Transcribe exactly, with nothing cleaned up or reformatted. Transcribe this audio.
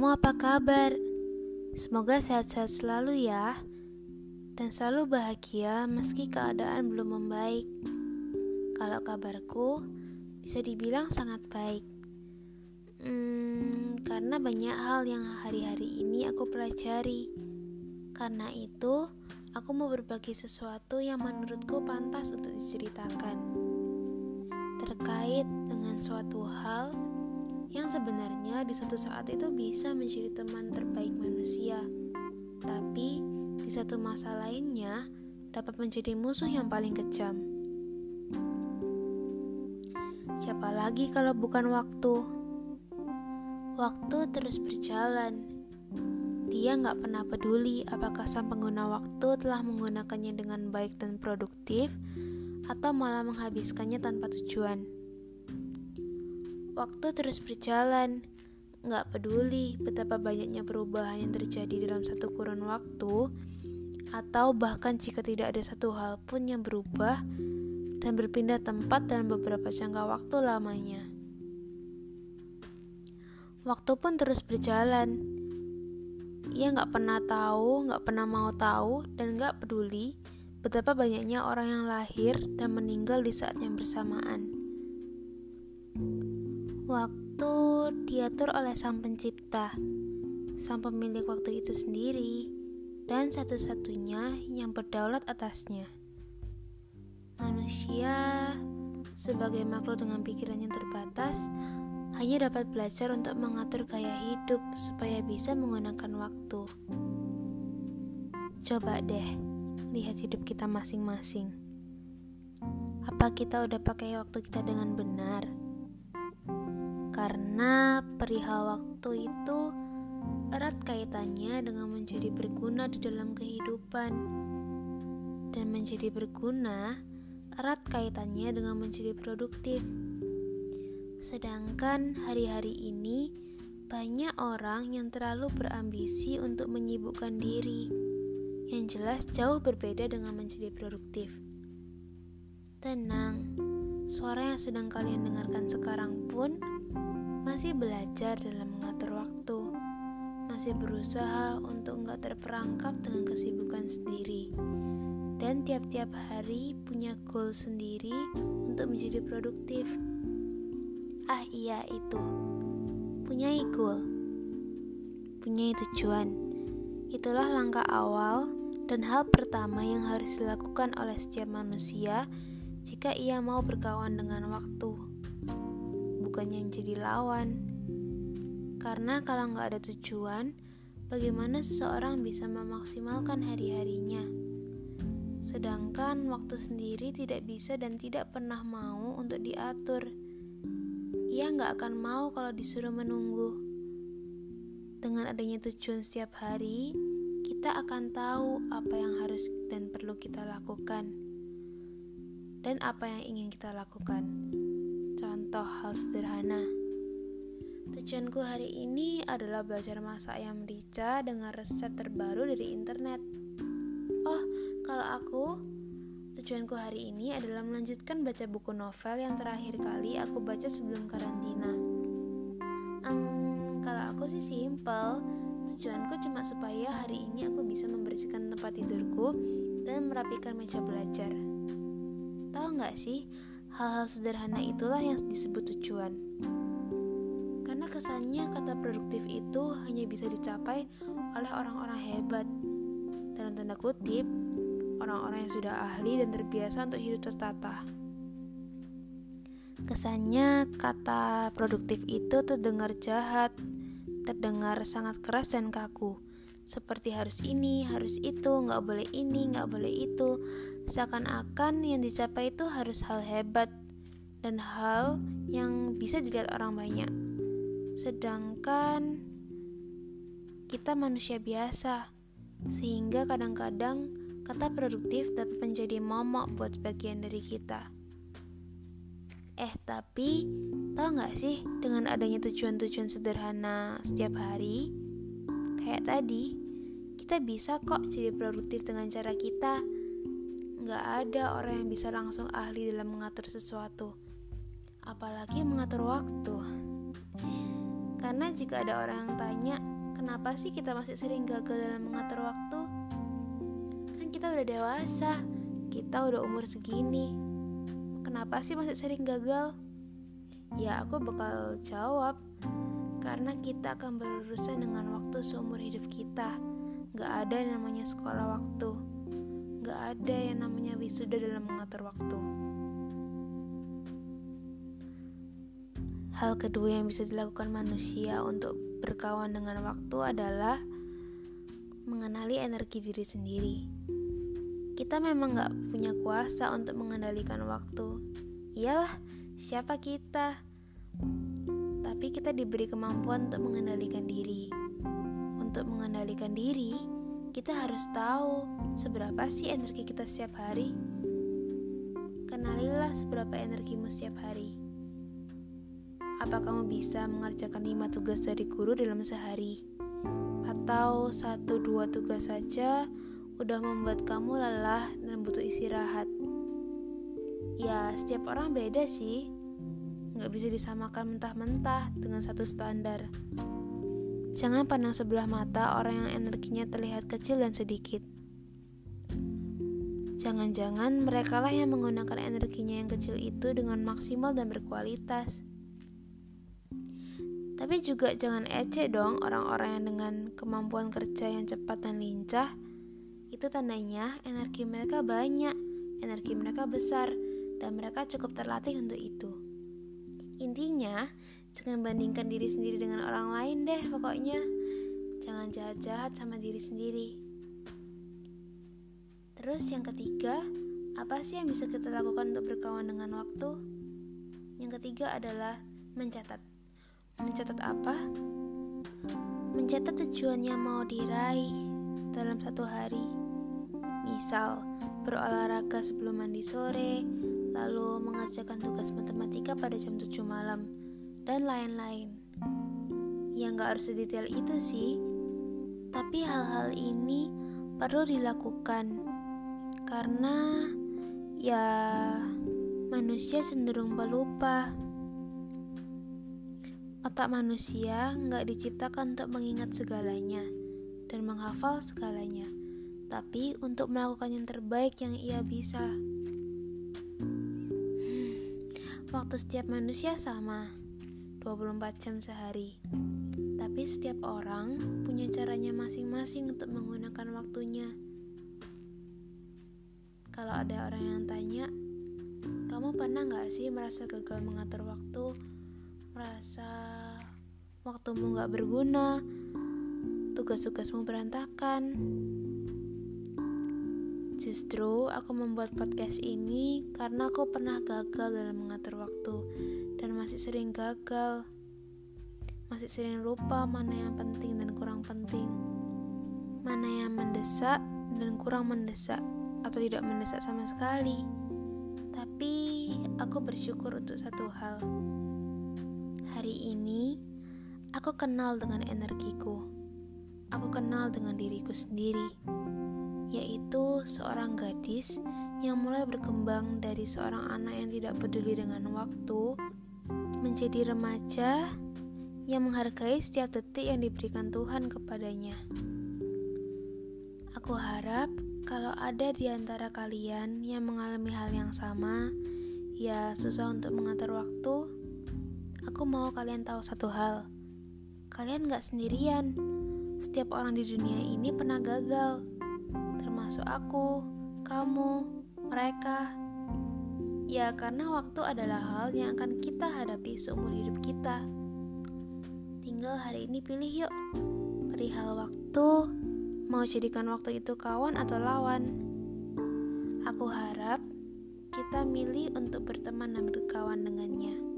Kamu apa kabar? Semoga sehat-sehat selalu ya, dan selalu bahagia meski keadaan belum membaik. Kalau kabarku bisa dibilang sangat baik, hmm, karena banyak hal yang hari-hari ini aku pelajari. Karena itu, aku mau berbagi sesuatu yang menurutku pantas untuk diceritakan, terkait dengan suatu hal yang sebenarnya di satu saat itu bisa menjadi teman terbaik manusia, tapi di satu masa lainnya dapat menjadi musuh yang paling kejam. Siapa lagi kalau bukan waktu? Waktu terus berjalan. Dia gak pernah peduli apakah sang pengguna waktu telah menggunakannya dengan baik dan produktif, atau malah menghabiskannya tanpa tujuan. Waktu terus berjalan, gak peduli betapa banyaknya perubahan yang terjadi dalam satu kurun waktu, atau bahkan jika tidak ada satu hal pun yang berubah dan berpindah tempat dalam beberapa jangka waktu lamanya. Waktu pun terus berjalan. Ia gak pernah tahu, gak pernah mau tahu, dan gak peduli betapa banyaknya orang yang lahir dan meninggal di saat yang bersamaan. Waktu diatur oleh Sang Pencipta, Sang pemilik waktu itu sendiri, dan satu-satunya yang berdaulat atasnya. Manusia, sebagai makhluk dengan pikiran yang terbatas, hanya dapat belajar untuk mengatur gaya hidup supaya bisa menggunakan waktu. Coba deh, lihat hidup kita masing-masing. Apa kita udah pakai waktu kita dengan benar? Karena perihal waktu itu erat kaitannya dengan menjadi berguna di dalam kehidupan. Dan menjadi berguna erat kaitannya dengan menjadi produktif. Sedangkan hari-hari ini banyak orang yang terlalu berambisi untuk menyibukkan diri, yang jelas jauh berbeda dengan menjadi produktif. Tenang, suara yang sedang kalian dengarkan sekarang pun masih belajar dalam mengatur waktu, masih berusaha untuk enggak terperangkap dengan kesibukan sendiri, dan tiap-tiap hari punya goal sendiri untuk menjadi produktif. Ah iya itu, punyai goal, punyai tujuan. Itulah langkah awal dan hal pertama yang harus dilakukan oleh setiap manusia jika ia mau berkawan dengan waktu, bukannya menjadi lawan. Karena kalau nggak ada tujuan, bagaimana seseorang bisa memaksimalkan hari-harinya? Sedangkan waktu sendiri tidak bisa dan tidak pernah mau untuk diatur. Ia nggak akan mau kalau disuruh menunggu. Dengan adanya tujuan setiap hari, kita akan tahu apa yang harus dan perlu kita lakukan, dan apa yang ingin kita lakukan. Contoh hal sederhana. Tujuanku hari ini adalah belajar masak ayam rica dengan resep terbaru dari internet. Oh, kalau aku, tujuanku hari ini adalah melanjutkan baca buku novel yang terakhir kali aku baca sebelum karantina. Um, kalau aku sih simple. Tujuanku cuma supaya hari ini aku bisa membersihkan tempat tidurku dan merapikan meja belajar. Tahu nggak sih? Hal-hal sederhana itulah yang disebut tujuan. Karena kesannya kata produktif itu hanya bisa dicapai oleh orang-orang hebat, dalam tanda kutip, orang-orang yang sudah ahli dan terbiasa untuk hidup tertata. Kesannya kata produktif itu terdengar jahat, terdengar sangat keras dan kaku, seperti harus ini, harus itu, gak boleh ini, gak boleh itu. Seakan-akan yang dicapai itu harus hal hebat dan hal yang bisa dilihat orang banyak. Sedangkan kita manusia biasa, sehingga kadang-kadang kata produktif dapat menjadi momok buat sebagian dari kita. Eh tapi, tahu gak sih dengan adanya tujuan-tujuan sederhana setiap hari, kayak tadi, kita bisa kok jadi produktif dengan cara kita. Gak ada orang yang bisa langsung ahli dalam mengatur sesuatu, apalagi mengatur waktu. Karena jika ada orang yang tanya, kenapa sih kita masih sering gagal dalam mengatur waktu? Kan kita udah dewasa, kita udah umur segini. Kenapa sih masih sering gagal? Ya aku bakal jawab, karena kita akan berurusan dengan waktu seumur hidup kita. Gak ada yang namanya sekolah waktu, gak ada yang namanya wisuda dalam mengatur waktu. Hal kedua yang bisa dilakukan manusia untuk berkawan dengan waktu adalah mengenali energi diri sendiri. Kita memang gak punya kuasa untuk mengendalikan waktu. Iyalah, siapa kita? Tapi kita diberi kemampuan untuk mengendalikan diri. Untuk mengendalikan diri, kita harus tahu seberapa sih energi kita setiap hari. Kenalilah seberapa energimu setiap hari. Apa kamu bisa mengerjakan lima tugas dari guru dalam sehari? Atau satu dua tugas saja udah membuat kamu lelah dan butuh istirahat? Ya, setiap orang beda sih. Gak bisa disamakan mentah-mentah dengan satu standar. Jangan pandang sebelah mata orang yang energinya terlihat kecil dan sedikit. Jangan-jangan merekalah yang menggunakan energinya yang kecil itu dengan maksimal dan berkualitas. Tapi juga jangan ecek dong orang-orang yang dengan kemampuan kerja yang cepat dan lincah. Itu tandanya energi mereka banyak, energi mereka besar, dan mereka cukup terlatih untuk itu. Intinya, jangan bandingkan diri sendiri dengan orang lain deh pokoknya. Jangan jahat-jahat sama diri sendiri. Terus yang ketiga, apa sih yang bisa kita lakukan untuk berkawan dengan waktu? Yang ketiga adalah mencatat. Mencatat apa? Mencatat tujuan yang mau diraih dalam satu hari. Misal, berolahraga sebelum mandi sore, lalu mengerjakan tugas matematika pada jam tujuh malam, dan lain-lain. Ya gak harus sedetail itu sih, tapi hal-hal ini perlu dilakukan. Karena ya manusia cenderung pelupa. Otak manusia gak diciptakan untuk mengingat segalanya dan menghafal segalanya, tapi untuk melakukan yang terbaik yang ia bisa. hmm, Waktu setiap manusia sama, dua puluh empat jam sehari. Tapi setiap orang punya caranya masing-masing untuk menggunakan waktunya. Kalau ada orang yang tanya, kamu pernah gak sih merasa gagal mengatur waktu? Merasa waktumu gak berguna, tugas-tugasmu berantakan? Justru aku membuat podcast ini karena aku pernah gagal dalam mengatur waktu dan masih sering gagal. Masih sering lupa mana yang penting dan kurang penting, mana yang mendesak dan kurang mendesak, atau tidak mendesak sama sekali. Tapi aku bersyukur untuk satu hal. Hari ini, aku kenal dengan energiku. Aku kenal dengan diriku sendiri, yaitu seorang gadis yang mulai berkembang dari seorang anak yang tidak peduli dengan waktu, menjadi remaja yang menghargai setiap detik yang diberikan Tuhan kepadanya. Aku harap kalau ada di antara kalian yang mengalami hal yang sama, ya susah untuk mengatur waktu, aku mau kalian tahu satu hal. Kalian gak sendirian. Setiap orang di dunia ini pernah gagal. Termasuk aku, kamu, mereka. Ya karena waktu adalah hal yang akan kita hadapi seumur hidup kita. Tinggal hari ini pilih yuk. Perihal waktu, mau jadikan waktu itu kawan atau lawan. Aku harap kita milih untuk berteman dan berkawan dengannya.